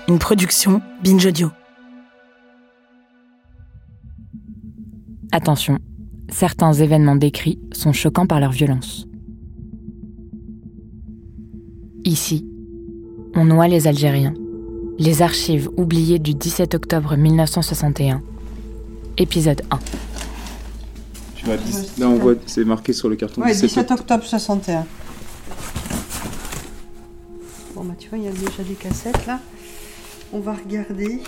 une production Binge Audio. Attention, certains événements décrits sont choquants par leur violence. Ici, on noie les Algériens, les archives oubliées du 17 octobre 1961, épisode 1. Là, on voit, c'est marqué sur le carton. Oui, 17 octobre 61. Bon, bah tu vois, il y a déjà des cassettes là. On va regarder.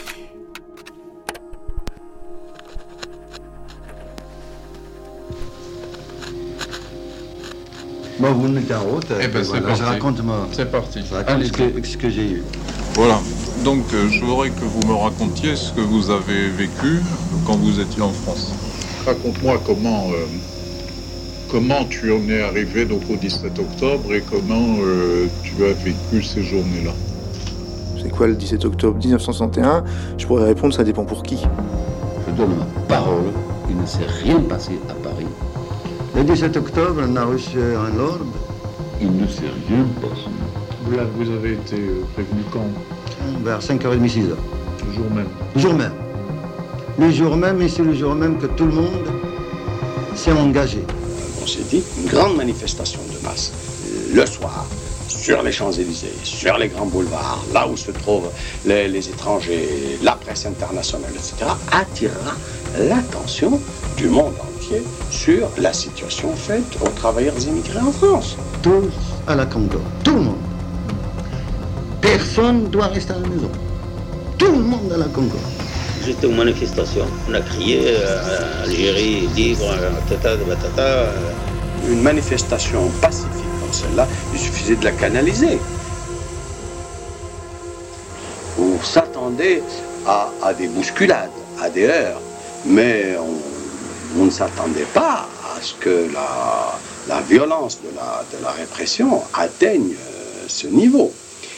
Bon, vous me mettez en route. Eh ben, voilà, c'est parti. Raconte-moi. C'est parti. Ce que j'ai eu. Voilà. Donc, je voudrais que vous me racontiez ce que vous avez vécu quand vous étiez en France. Raconte-moi comment tu en es arrivé donc au 17 octobre et comment tu as vécu ces journées-là. C'est quoi le 17 octobre 1961 ? Je pourrais répondre, ça dépend pour qui. Je donne ma parole, il ne s'est rien passé à Paris. Le 17 octobre, on a reçu un ordre. Il ne s'est rien passé. Là, vous avez été prévenu quand ? Vers 5h30, 6h. Le jour même. Le jour même. Le jour même, et c'est le jour même que tout le monde s'est engagé. On s'est dit, une grande manifestation de masse, le soir, sur les Champs-Élysées, sur les grands boulevards, là où se trouvent les étrangers, la presse internationale, etc., attirera l'attention du monde entier sur la situation faite aux travailleurs immigrés en France. Tous à la Congo. Tout le monde. Personne ne doit rester à la maison. Tout le monde à la Congo. J'étais aux manifestations. On a crié Algérie libre, tata de batata. Une manifestation pacifique comme celle-là, il suffisait de la canaliser. On s'attendait à des bousculades, à des heurts, mais on ne s'attendait pas à ce que la violence de la répression atteigne ce niveau.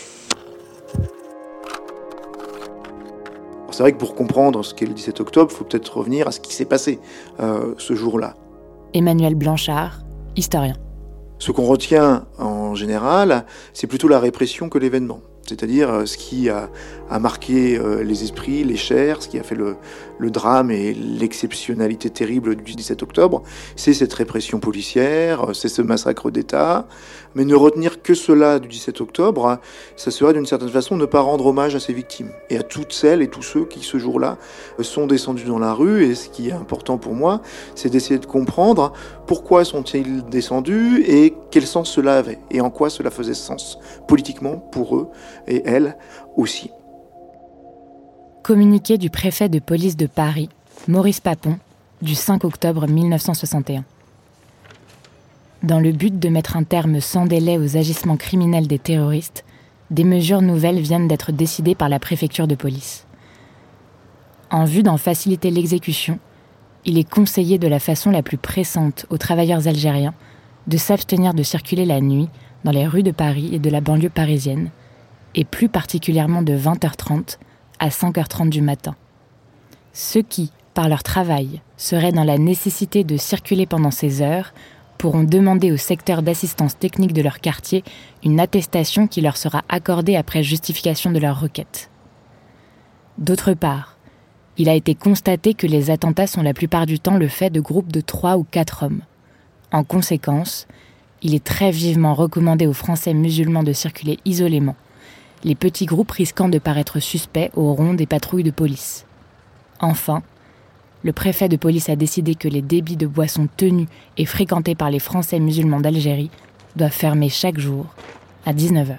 C'est vrai que pour comprendre ce qu'est le 17 octobre, il faut peut-être revenir à ce qui s'est passé ce jour-là. Emmanuel Blanchard, historien. Ce qu'on retient en général, c'est plutôt la répression que l'événement. C'est-à-dire ce qui a marqué les esprits, les chairs, ce qui a fait le drame et l'exceptionnalité terrible du 17 octobre, c'est cette répression policière, c'est ce massacre d'État. Mais ne retenir que cela du 17 octobre, ça serait d'une certaine façon ne pas rendre hommage à ces victimes et à toutes celles et tous ceux qui ce jour-là sont descendus dans la rue. Et ce qui est important pour moi, c'est d'essayer de comprendre pourquoi sont-ils descendus et quel sens cela avait et en quoi cela faisait sens politiquement pour eux et elles aussi. Communiqué du préfet de police de Paris, Maurice Papon, du 5 octobre 1961. Dans le but de mettre un terme sans délai aux agissements criminels des terroristes, des mesures nouvelles viennent d'être décidées par la préfecture de police. En vue d'en faciliter l'exécution, il est conseillé de la façon la plus pressante aux travailleurs algériens de s'abstenir de circuler la nuit dans les rues de Paris et de la banlieue parisienne, et plus particulièrement de 20h30 à 5h30 du matin. Ceux qui, par leur travail, seraient dans la nécessité de circuler pendant ces heures pourront demander au secteur d'assistance technique de leur quartier une attestation qui leur sera accordée après justification de leur requête. D'autre part, il a été constaté que les attentats sont la plupart du temps le fait de groupes de 3 ou 4 hommes. En conséquence, il est très vivement recommandé aux Français musulmans de circuler isolément, les petits groupes risquant de paraître suspects au rond des patrouilles de police. Enfin, le préfet de police a décidé que les débits de boissons tenus et fréquentés par les Français musulmans d'Algérie doivent fermer chaque jour à 19h.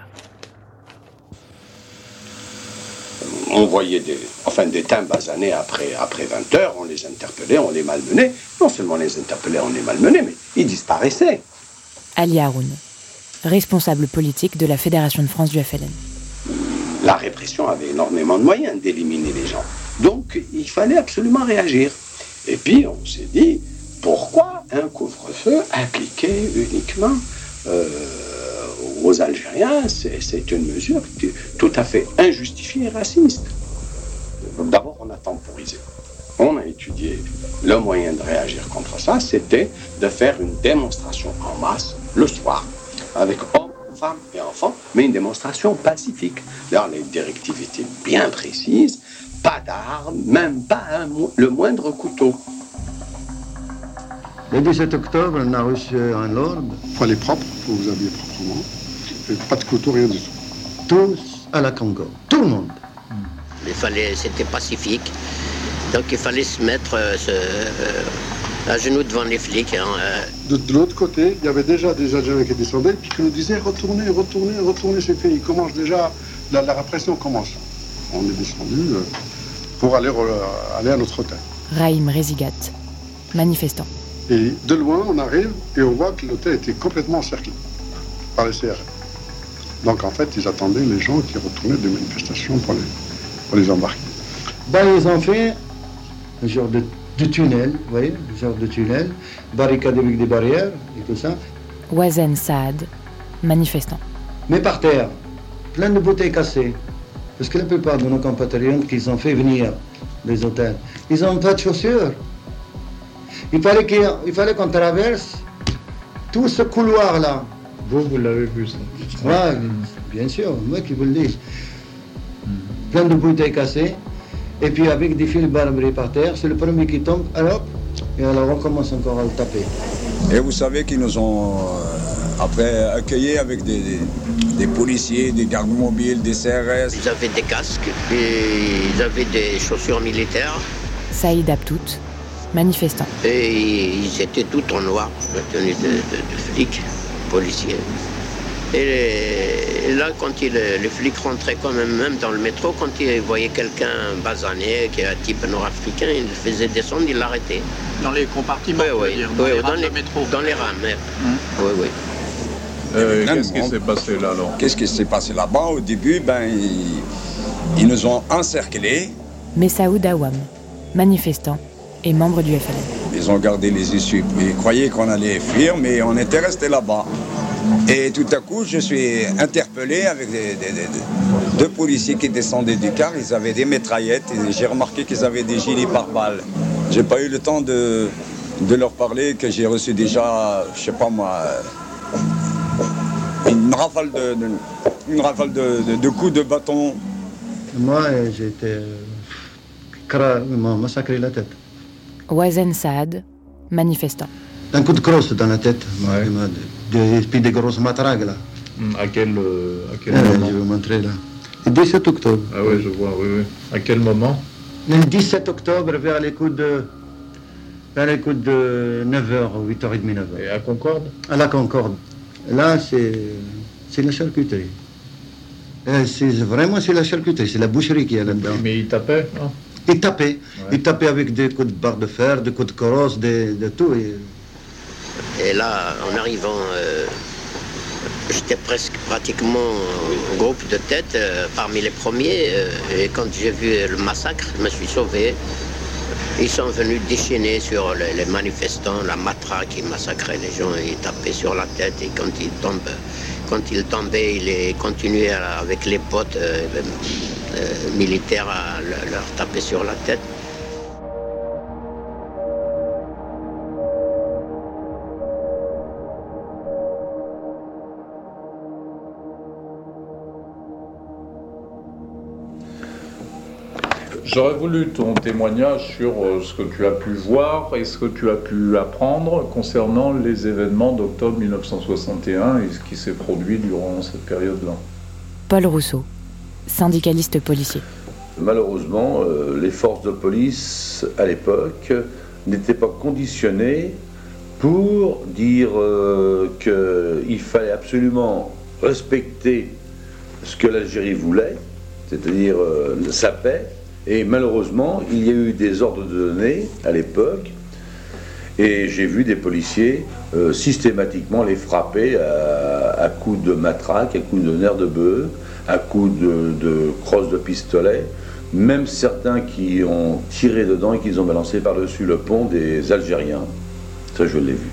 On voyait des timbres basanés après 20h, on les interpellait, on les malmenait. Non seulement on les interpellait, on les malmenait, mais ils disparaissaient. Ali Haroun, responsable politique de la Fédération de France du FLN. La répression avait énormément de moyens d'éliminer les gens. Donc, il fallait absolument réagir. Et puis, on s'est dit, pourquoi un couvre-feu appliqué uniquement aux Algériens ? C'est une mesure tout à fait injustifiée et raciste. D'abord, on a temporisé. On a étudié le moyen de réagir contre ça, c'était de faire une démonstration en masse le soir, avec hommes femmes et enfants, mais une démonstration pacifique. D'ailleurs, les directives étaient bien précises, pas d'armes, même pas le moindre couteau. Le 17 octobre, on a reçu un ordre. Il faut aller propre, il faut vous habiller proprement. Et pas de couteau, rien du tout. Tous à la Concorde, tout le monde. C'était pacifique, donc il fallait se mettre à genoux devant les flics. Hein. De l'autre côté, il y avait déjà des Algériens qui descendaient, puis qui nous disaient retournez, c'est fini. Commence déjà, la répression commence. On est descendu pour aller à notre hôtel. Raïm Rezigat, manifestant. Et de loin, on arrive et on voit que l'hôtel était complètement encerclé par les CRS. Donc en fait, ils attendaient les gens qui retournaient des manifestations pour les embarquer. Ils ont fait un genre de tunnel, vous voyez, un genre de tunnel, barricade avec des barrières et tout ça. Wazen Saad, manifestant. Mais par terre, plein de bouteilles cassées. Parce que la plupart de nos compatriotes qu'ils ont fait venir des hôtels, ils n'ont pas de chaussures. Il fallait qu'on traverse tout ce couloir-là. Vous l'avez vu, ça? Oui, bien sûr, moi qui vous le dis. Plein de bouteilles cassées, et puis avec des fils barbelés par terre, c'est le premier qui tombe, alors, et alors on commence encore à le taper. Et vous savez qu'ils nous ont après accueillis avec des policiers, des gardes mobiles, des CRS. Ils avaient des casques, et ils avaient des chaussures militaires. Saïd Abtout, manifestant. Et ils étaient tout en noir, tenus de flics, policiers. Et là, quand les flics rentraient quand même dans le métro, quand ils voyaient quelqu'un basané, qui est un type nord-africain, ils le faisaient descendre, ils l'arrêtaient. Dans les compartiments, oui, dans les rames de métro. Dans les rames, oui. Qu'est-ce qui s'est passé là alors? Qu'est-ce qui s'est passé là-bas? Au début, ils nous ont encerclés. Messaoud Awam, manifestant et membre du FLN. Ils ont gardé les issues. Ils croyaient qu'on allait fuir, mais on était restés là-bas. Et tout à coup, je suis interpellé avec deux policiers qui descendaient du car. Ils avaient des mitraillettes et j'ai remarqué qu'ils avaient des gilets pare-balles. J'ai pas eu le temps de leur parler que j'ai reçu déjà, je sais pas moi, une rafale de coups de bâton. Moi, j'ai été ils m'ont massacré la tête. Wazen Saad, manifestant. Un coup de crosse dans la tête, et puis des grosses matraques là. À quel moment? Je vais vous montrer là. Le 17 octobre. Ah oui, je vois, oui. À quel moment? Le 17 octobre, vers les coups de 9h, 8h30, 9h. Et à Concorde? À la Concorde. Là, c'est la charcuterie. C'est la charcuterie, c'est la boucherie qui est là-dedans. Mais ils tapaient, non? Ils tapaient. Ouais. Ils tapaient avec des coups de barre de fer, des coups de corosse, de tout. Et là, en arrivant, j'étais pratiquement au groupe de tête, parmi les premiers. Et quand j'ai vu le massacre, je me suis sauvé. Ils sont venus déchaîner sur les manifestants, la matraque, ils massacraient les gens, ils tapaient sur la tête. Et quand ils tombaient, ils continuaient avec les potes militaires à leur taper sur la tête. J'aurais voulu ton témoignage sur ce que tu as pu voir et ce que tu as pu apprendre concernant les événements d'octobre 1961 et ce qui s'est produit durant cette période-là. Paul Rousseau, syndicaliste policier. Malheureusement, les forces de police, à l'époque, n'étaient pas conditionnées pour dire qu'il fallait absolument respecter ce que l'Algérie voulait, c'est-à-dire sa paix. Et malheureusement, il y a eu des ordres donnés à l'époque, et j'ai vu des policiers systématiquement les frapper à coups de matraque, à coups de nerfs de bœuf, à coups de crosse de pistolet, même certains qui ont tiré dedans et qui les ont balancés par-dessus le pont des Algériens. Ça, je l'ai vu.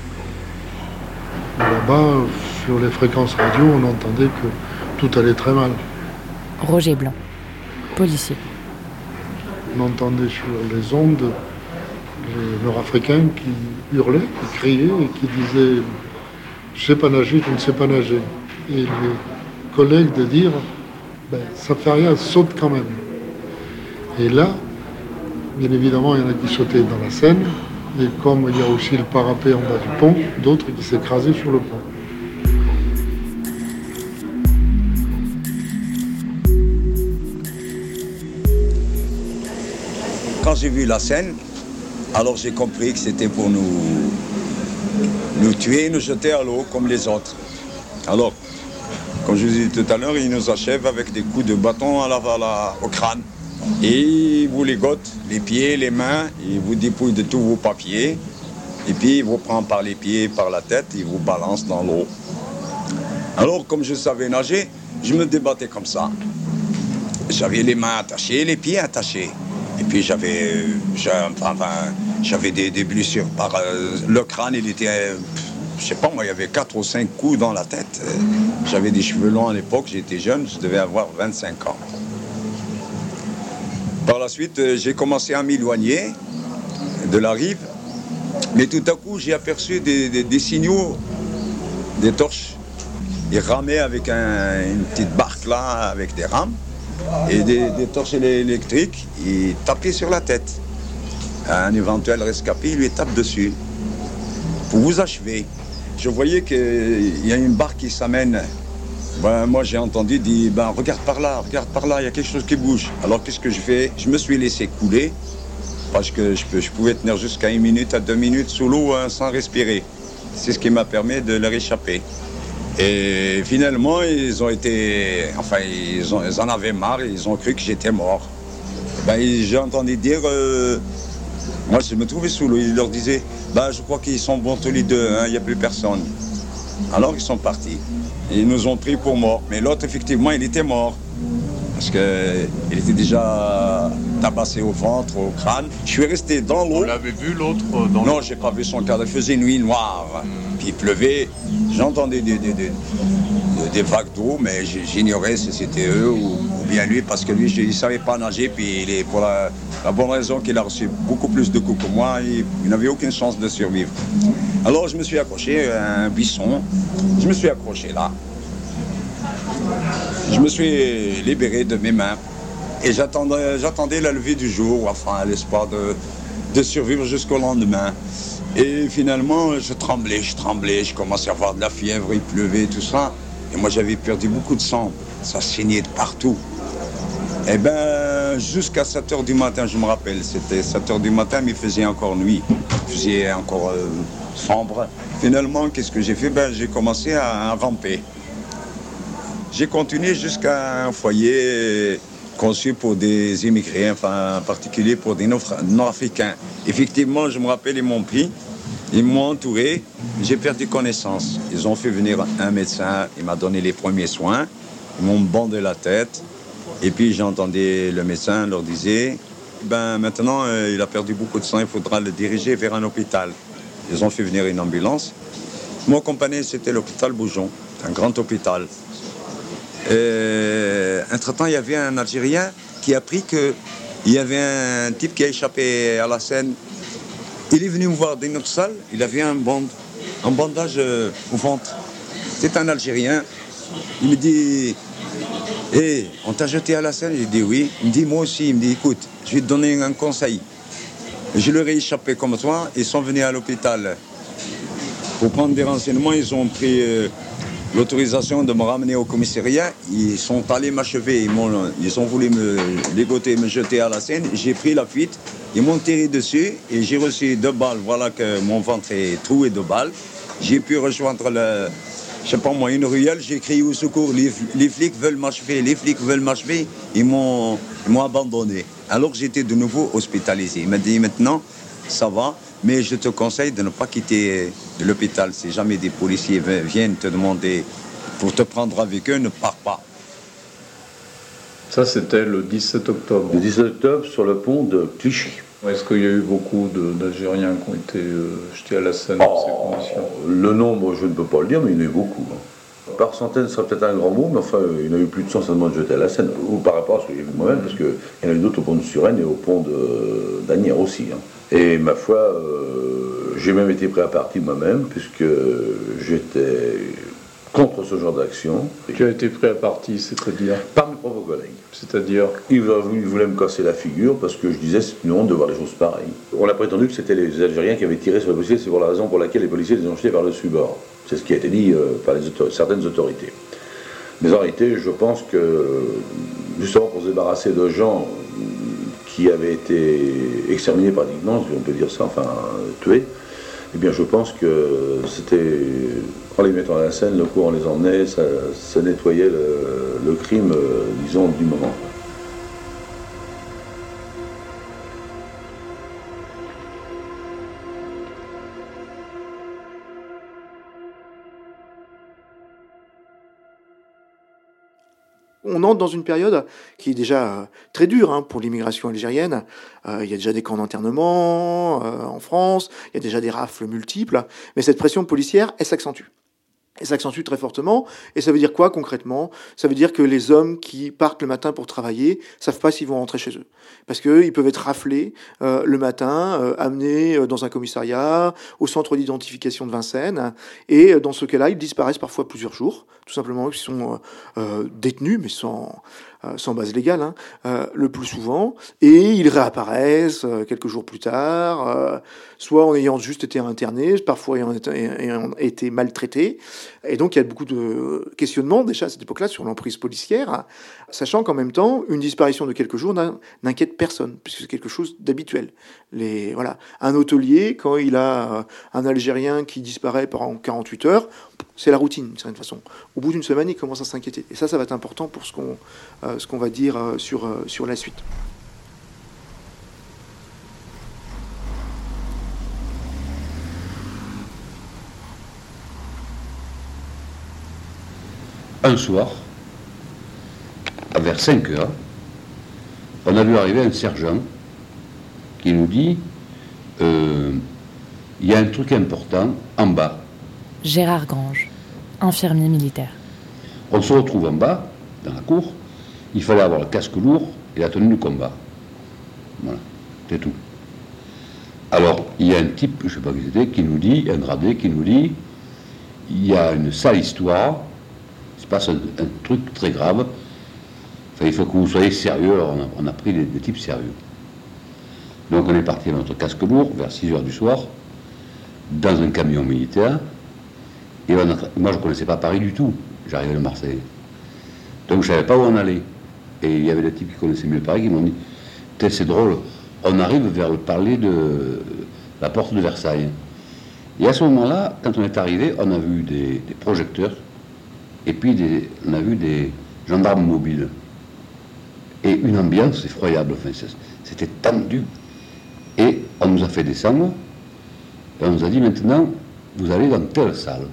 Là-bas, sur les fréquences radio, on entendait que tout allait très mal. Roger Blanc, policier. On entendait sur les ondes les Nord-Africains qui hurlaient, qui criaient et qui disaient « Je ne sais pas nager, je ne sais pas nager ». et les collègues de dire ça fait rien, saute quand même. Et là, bien évidemment, il y en a qui sautaient dans la Seine, et comme il y a aussi le parapet en bas du pont, d'autres qui s'écrasaient sur le pont. Quand j'ai vu la scène, alors j'ai compris que c'était pour nous tuer, nous jeter à l'eau comme les autres. Alors, comme je vous ai dit tout à l'heure, ils nous achèvent avec des coups de bâton au crâne. Et ils vous ligotent les pieds, les mains, ils vous dépouillent de tous vos papiers. Et puis ils vous prennent par les pieds, par la tête, ils vous balancent dans l'eau. Alors, comme je savais nager, je me débattais comme ça. J'avais les mains attachées, les pieds attachés. Et puis j'avais des blessures par le crâne, il était, je sais pas moi, il y avait 4 ou 5 coups dans la tête. J'avais des cheveux longs à l'époque, j'étais jeune, je devais avoir 25 ans. Par la suite, j'ai commencé à m'éloigner de la rive, mais tout à coup, j'ai aperçu des signaux, des torches. Ils ramaient avec une petite barque là, avec des rames. Et des torches électriques, il tapait sur la tête. Un éventuel rescapé, il lui tape dessus. Pour vous achever. Je voyais qu'il y a une barque qui s'amène. Moi, j'ai entendu dire, regarde par là, il y a quelque chose qui bouge. Alors, qu'est-ce que je fais? Je me suis laissé couler, parce que je pouvais tenir jusqu'à 1 minute à 2 minutes sous l'eau sans respirer. C'est ce qui m'a permis de leur échapper. Et finalement, ils en avaient marre, ils ont cru que j'étais mort. J'ai entendu dire, moi je me trouvais sous l'eau, ils leur disaient, je crois qu'ils sont bons tous les deux, il n'y a plus personne. Alors ils sont partis. Ils nous ont pris pour morts, mais l'autre effectivement il était mort. Parce qu'il était déjà tabassé au ventre, au crâne. Je suis resté dans l'eau. Vous l'avez vu l'autre Non, j'ai pas vu son cadre. Il faisait nuit noire. Puis il pleuvait. J'entendais des vagues d'eau, mais j'ignorais si c'était eux ou bien lui, parce que lui, il ne savait pas nager. Puis pour la bonne raison qu'il a reçu beaucoup plus de coups que moi, il n'avait aucune chance de survivre. Alors je me suis accroché à un buisson. Je me suis accroché là. Je me suis libéré de mes mains et j'attendais la levée du jour, à l'espoir de survivre jusqu'au lendemain. Et finalement, je tremblais, je commençais à avoir de la fièvre, il pleuvait, tout ça. Et moi, j'avais perdu beaucoup de sang, ça saignait de partout. Et jusqu'à 7h du matin, je me rappelle, c'était 7h du matin, mais il faisait encore nuit, il faisait encore sombre. Finalement, qu'est-ce que j'ai fait? J'ai commencé à ramper. J'ai continué jusqu'à un foyer conçu pour des immigrés, en particulier pour des Nord-Africains. Effectivement, je me rappelle, ils m'ont pris, ils m'ont entouré, j'ai perdu connaissance. Ils ont fait venir un médecin, il m'a donné les premiers soins, ils m'ont bandé la tête, et puis j'entendais le médecin leur disait, maintenant il a perdu beaucoup de sang, il faudra le diriger vers un hôpital. Ils ont fait venir une ambulance. Mon compagnon, c'était l'hôpital Boujon, un grand hôpital. Entre-temps, il y avait un Algérien qui a appris qu'il y avait un type qui a échappé à la Seine. Il est venu me voir dans notre salle, il avait un bandage au ventre. C'est un Algérien. Il me dit, on t'a jeté à la Seine? J'ai dit oui. Il me dit, moi aussi. Il me dit, écoute, je vais te donner un conseil. Je leur ai échappé comme toi, ils sont venus à l'hôpital. Pour prendre des renseignements, ils ont pris l'autorisation de me ramener au commissariat. Ils sont allés m'achever, ils ont voulu me ligoter, me jeter à la Seine. J'ai pris la fuite, ils m'ont tiré dessus et j'ai reçu 2 balles. Voilà que mon ventre est troué de balles. J'ai pu rejoindre une ruelle. J'ai crié au secours, les flics veulent m'achever, les flics veulent m'achever. Ils m'ont abandonné. Alors j'étais de nouveau hospitalisé. Il m'a dit maintenant, ça va. Mais je te conseille de ne pas quitter l'hôpital. Si jamais des policiers viennent te demander pour te prendre avec eux, ne pars pas. Ça, c'était le 17 octobre. Le 17 octobre, sur le pont de Clichy. Est-ce qu'il y a eu beaucoup d'Algériens qui ont été jetés à la Seine dans ces conditions? Le nombre, je ne peux pas le dire, mais il y en a eu beaucoup. Par centaines, ce serait peut-être un grand mot, mais enfin, il y en a eu plus de 100 certainement de jetés à la Seine. Ou par rapport à ce que j'ai vu moi-même, parce qu'il y en a eu d'autres au pont de Suresnes et au pont d'Asnières aussi. Et ma foi, j'ai même été prêt à partir moi-même, puisque j'étais contre ce genre d'action. Tu as été pris à partie, c'est-à-dire par mes propres collègues. C'est-à-dire ils voulaient me casser la figure parce que je disais c'est une honte de voir des choses pareilles. On a prétendu que c'était les Algériens qui avaient tiré sur les policiers, c'est pour la raison pour laquelle les policiers les ont jetés par le dessus-bord. C'est ce qui a été dit par certaines autorités. Mais en réalité, je pense que justement pour se débarrasser de gens qui avaient été exterminés pratiquement, si on peut dire ça, enfin tués, eh bien je pense que c'était, en les mettant à la scène, le coup on les emmenait, ça nettoyait le crime, disons, du moment. On entre dans une période qui est déjà très dure pour l'immigration algérienne. Il y a déjà des camps d'internement en France, il y a déjà des rafles multiples, mais cette pression policière, elle s'accentue. Elle s'accentue très fortement, et ça veut dire quoi concrètement? Ça veut dire que les hommes qui partent le matin pour travailler savent pas s'ils vont rentrer chez eux. Parce qu'ils peuvent être raflés le matin, amenés dans un commissariat, au centre d'identification de Vincennes, et dans ce cas-là, ils disparaissent parfois plusieurs jours, tout simplement ils sont détenus, mais sans base légale, le plus souvent, et ils réapparaissent quelques jours plus tard, soit en ayant juste été internés, parfois ayant été maltraités. Et donc il y a beaucoup de questionnements déjà à cette époque-là sur l'emprise policière, sachant qu'en même temps, une disparition de quelques jours n'inquiète personne, puisque c'est quelque chose d'habituel. Un hôtelier, quand il a un Algérien qui disparaît pendant 48 heures, c'est la routine, d'une certaine façon. Au bout d'une semaine, il commence à s'inquiéter. Et ça va être important pour ce qu'on va dire sur la suite. Un soir, vers 5 heures, on a vu arriver un sergent qui nous dit il y a un truc important en bas. Gérard Grange, infirmier militaire. On se retrouve en bas, dans la cour. Il fallait avoir le casque lourd et la tenue de combat. Voilà, c'est tout. Alors, il y a un type, je ne sais pas qui c'était, qui nous dit, un gradé qui nous dit, il y a une sale histoire, il se passe un truc très grave, enfin, il faut que vous soyez sérieux. Alors on a pris des types sérieux. Donc on est parti à notre casque lourd, vers 6 heures du soir, dans un camion militaire, et moi je ne connaissais pas Paris du tout, j'arrivais de Marseille. Donc je ne savais pas où on allait. Et il y avait des types qui connaissaient mieux Paris qui m'ont dit, c'est drôle, on arrive vers le palais de la porte de Versailles. Et à ce moment-là, quand on est arrivé, on a vu des projecteurs, et puis on a vu des gendarmes mobiles. Et une ambiance effroyable, enfin, c'était tendu. Et on nous a fait descendre, et on nous a dit maintenant, vous allez dans telle salle.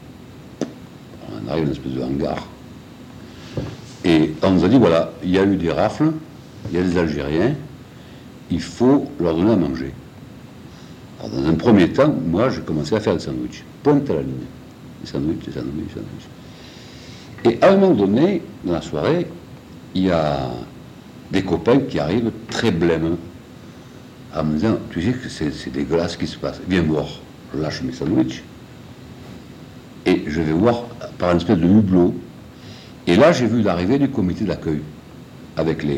On arrive dans une espèce de hangar. Et on nous a dit, voilà, il y a eu des rafles, il y a des Algériens, il faut leur donner à manger. Alors dans un premier temps, moi j'ai commencé à faire des sandwichs, pointe à la ligne. Des sandwichs. Et à un moment donné, dans la soirée, il y a des copains qui arrivent très blêmes, en me disant, tu sais que c'est dégueulasse ce qui se passe, viens voir. Je lâche mes sandwichs, et je vais voir par une espèce de hublot. Et là, j'ai vu l'arrivée du comité d'accueil, avec les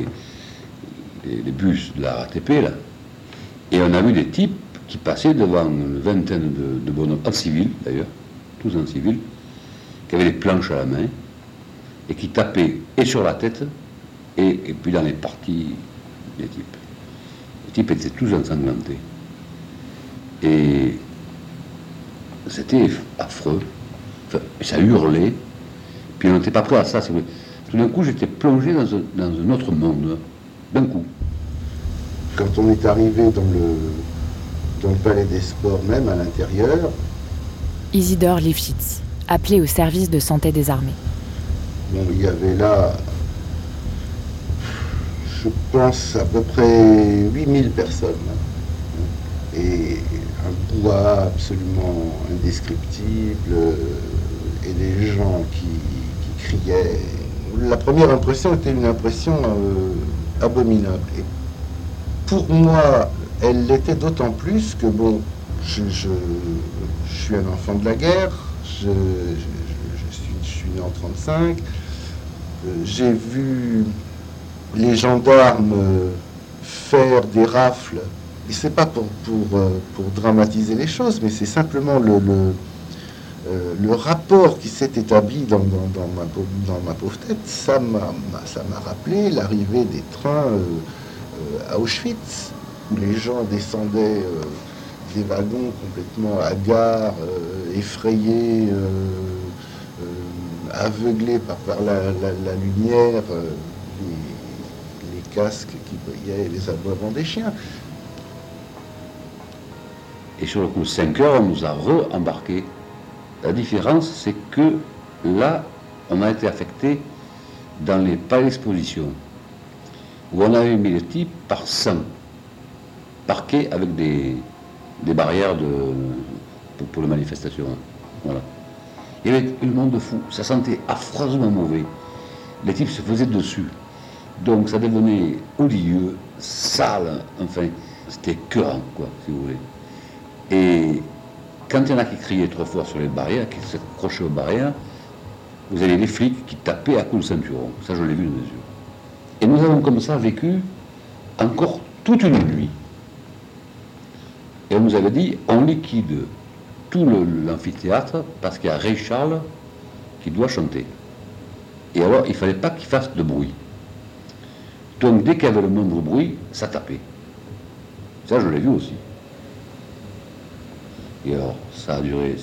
bus de la RATP, là. Et on a vu des types qui passaient devant une vingtaine de bonhommes, en civil d'ailleurs, tous en civil, qui avaient des planches à la main, et qui tapaient et sur la tête, et puis dans les parties des types. Les types étaient tous ensanglantés. Et c'était affreux. Enfin, ça hurlait. Puis on n'était pas prêt à ça. Tout d'un coup, j'étais plongé dans un autre monde. D'un coup. Quand on est arrivé dans le palais des sports, même à l'intérieur... Isidore Lifshitz, appelé au service de santé des armées. Bon, il y avait là, je pense, à peu près 8000 personnes. Et un poids absolument indescriptible, et des gens qui criaient. La première impression était une impression abominable. Et pour moi, elle l'était d'autant plus que, bon, je suis un enfant de la guerre, je suis suis né en 1935. J'ai vu les gendarmes faire des rafles. Et c'est pas pour dramatiser les choses, mais c'est simplement le rapport qui s'est établi dans ma pauvre tête. Ça m'a rappelé l'arrivée des trains à Auschwitz, où les gens descendaient des wagons complètement hagards, effrayés, aveuglés par la lumière, les casques qui brillaient et les aboiements des chiens. Et sur le coup, 5 heures, on nous a re-embarqués. La différence, c'est que là, on a été affecté dans les palais d'exposition, où on avait mis les types par 100, parqués avec des barrières pour les manifestations. Voilà. Il y avait une monde de fou, ça sentait affreusement mauvais. Les types se faisaient dessus. Donc ça devenait odieux, sale, enfin, c'était écœurant, quoi, si vous voulez. Et quand il y en a qui criaient trop fort sur les barrières, qui s'accrochaient aux barrières, vous avez des flics qui tapaient à coups de ceinturon. Ça, je l'ai vu de mes yeux. Et nous avons comme ça vécu encore toute une nuit. Et on nous avait dit, on liquide tout l'amphithéâtre parce qu'il y a Ray Charles qui doit chanter. Et alors, il ne fallait pas qu'il fasse de bruit. Donc, dès qu'il y avait le moindre bruit, ça tapait. Ça, je l'ai vu aussi. Et alors, ça a duré.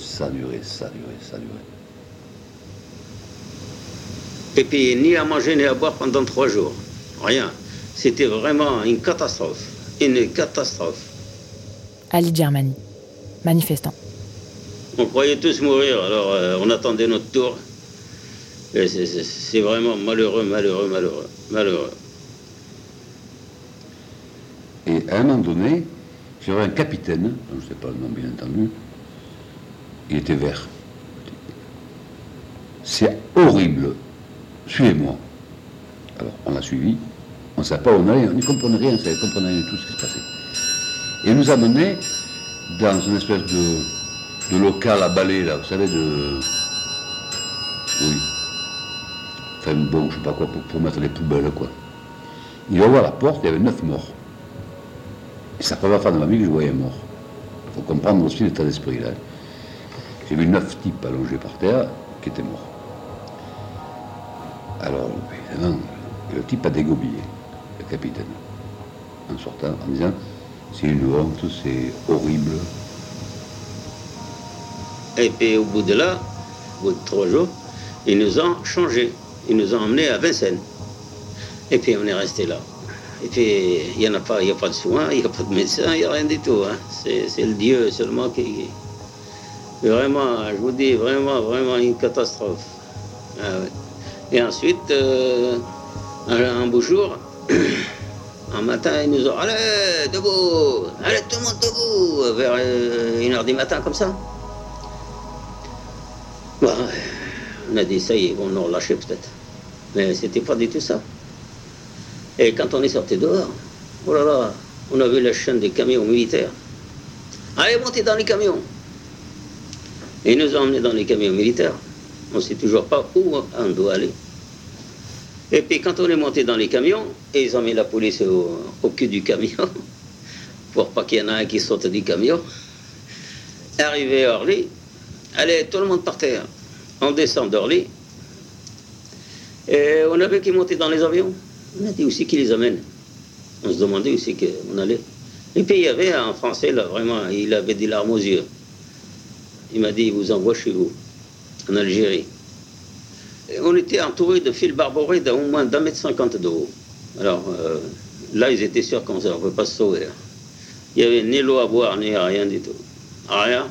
Et puis, ni à manger ni à boire pendant 3 jours. Rien. C'était vraiment une catastrophe. Une catastrophe. Ali Germani, manifestant. On croyait tous mourir, alors on attendait notre tour. Et c'est vraiment malheureux. Et à un moment donné, j'avais un capitaine, je ne sais pas le nom bien entendu, il était vert. C'est horrible, suivez-moi. Alors on l'a suivi, on ne savait pas où on allait, on n'y comprenait rien, on ne comprenait rien de tout ce qui se passait. Et il nous a menés dans une espèce de local à balai, là, vous savez, oui. Enfin bon, je ne sais pas quoi, pour mettre les poubelles, quoi. Il a ouvert la porte, il y avait 9 morts. Et c'est la première fois de ma vie que je voyais mort. Il faut comprendre aussi l'état d'esprit là. J'ai vu 9 types allongés par terre qui étaient morts. Alors, évidemment, le type a dégobillé, le capitaine, en sortant, en disant c'est une honte, c'est horrible. Et puis au bout de 3 jours, ils nous ont changés. Ils nous ont emmenés à Vincennes. Et puis on est resté là. Et puis, il n'y a pas de soins, il n'y a pas de médecin, il n'y a rien du tout. Hein. C'est le Dieu seulement qui... Vraiment, je vous dis, vraiment une catastrophe. Ah, ouais. Et ensuite, un beau jour, un matin, ils nous ont... Allez, debout! Allez, tout le monde debout! Vers 1h du matin, comme ça. Bon, on a dit, ça y est, on nous relâché peut-être. Mais c'était pas du tout ça. Et quand on est sorti dehors, oh là là, on a vu la chaîne des camions militaires. Allez, montez dans les camions. Et ils nous ont emmenés dans les camions militaires. On ne sait toujours pas où on doit aller. Et puis quand on est monté dans les camions, et ils ont mis la police au cul du camion, pour pas qu'il y en ait un qui saute du camion. Arrivé à Orly, allez, tout le monde par terre. On descend d'Orly. Et on a vu qu'ils montaient dans les avions. On a dit aussi qui les amène. On se demandait où c'est qu'on allait. Et puis il y avait un Français, là, vraiment, il avait des larmes aux yeux. Il m'a dit, il vous envoie chez vous, en Algérie. Et on était entourés de fils barborés d'au moins d'1,50 m de haut. Alors là, ils étaient sûrs qu'on ne pouvait pas se sauver. Il n'y avait ni l'eau à boire, ni rien du tout. Rien.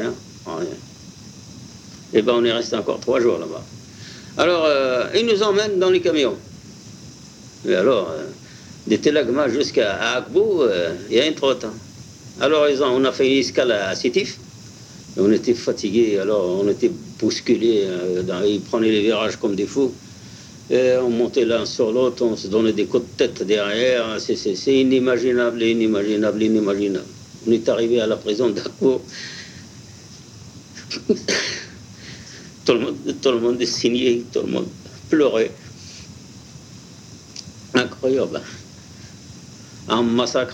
Et bien on est resté encore 3 jours là-bas. Alors, ils nous emmènent dans les camions. Et alors, de Telagma jusqu'à Akbou, il y a une trotte. Alors, on a fait une escale à Sétif. On était fatigués, alors on était bousculés. Ils prenaient les virages comme des fous. Et on montait l'un sur l'autre, on se donnait des coups de tête derrière. C'est inimaginable. On est arrivé à la prison d'Akbou. Tout le monde signait, tout le monde pleurait. Incroyable. Un massacre,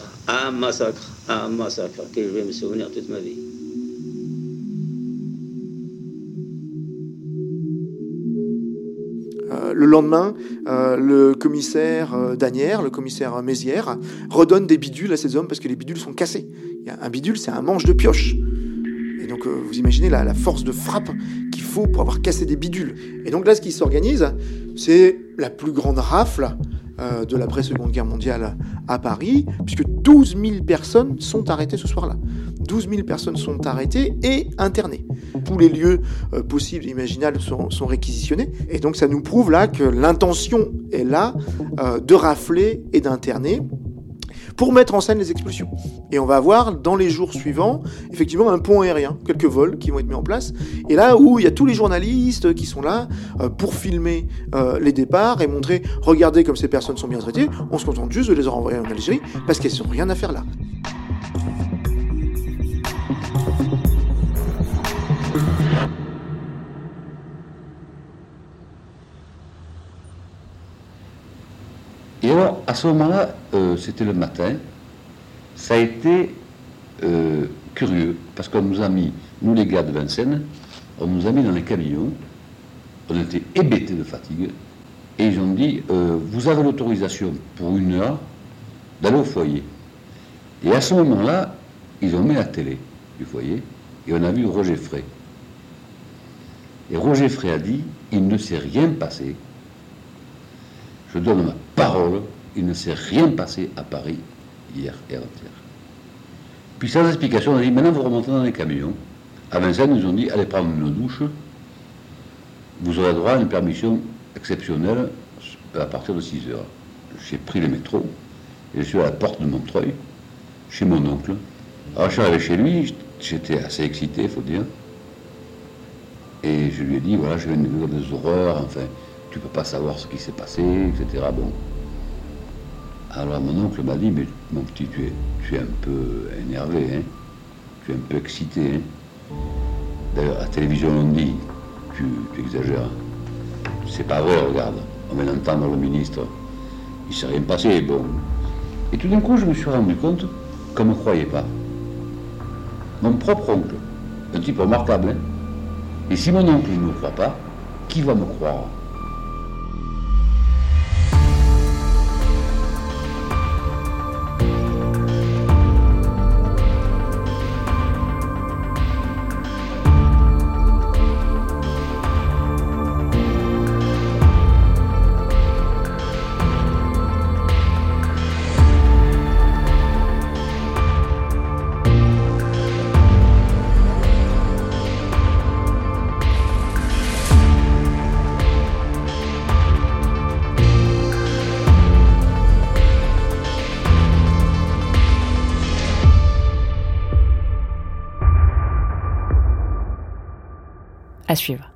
que je vais me souvenir toute ma vie. Le lendemain, le commissaire Danière, le commissaire Mézières, redonne des bidules à ces hommes parce que les bidules sont cassés. Un bidule, c'est un manche de pioche. Et donc, vous imaginez la force de frappe qu'il faut pour avoir cassé des bidules. Et donc là, ce qui s'organise, c'est la plus grande rafle de l'après-Seconde Guerre mondiale à Paris, puisque 12 000 personnes sont arrêtées ce soir-là. 12 000 personnes sont arrêtées et internées. Tous les lieux possibles et imaginables sont réquisitionnés. Et donc ça nous prouve là que l'intention est là de rafler et d'interner pour mettre en scène les expulsions. Et on va avoir, dans les jours suivants, effectivement un pont aérien, quelques vols qui vont être mis en place. Et là où il y a tous les journalistes qui sont là pour filmer les départs et montrer, regardez comme ces personnes sont bien traitées, on se contente juste de les renvoyer en Algérie parce qu'elles n'ont rien à faire là. Et alors, à ce moment-là, c'était le matin, ça a été curieux, parce qu'on nous a mis, nous les gars de Vincennes, on nous a mis dans les camions, on était hébétés de fatigue, et ils ont dit, vous avez l'autorisation pour 1 heure d'aller au foyer. Et à ce moment-là, ils ont mis la télé du foyer, et on a vu Roger Frey. Et Roger Frey a dit, il ne s'est rien passé. Je donne ma parole, il ne s'est rien passé à Paris hier et avant-hier. Puis sans explication, on a dit, maintenant vous remontez dans les camions. À Vincennes, ils nous ont dit, allez prendre une douche, vous aurez droit à une permission exceptionnelle à partir de 6 heures. J'ai pris le métro, et je suis à la porte de Montreuil, chez mon oncle. Alors je suis arrivé chez lui, j'étais assez excité, il faut dire. Et je lui ai dit, voilà, je viens de vivre des horreurs, enfin, tu peux pas savoir ce qui s'est passé, etc. Bon. Alors mon oncle m'a dit, mais mon petit, tu es un peu énervé, hein, tu es un peu excité. Hein. D'ailleurs, à la télévision, on dit, tu exagères. C'est pas vrai, regarde, on vient d'entendre le ministre, il s'est rien passé, bon. Et tout d'un coup, je me suis rendu compte qu'on ne me croyait pas. Mon propre oncle, un type remarquable, hein. Et si mon oncle ne me croit pas, qui va me croire ? À suivre.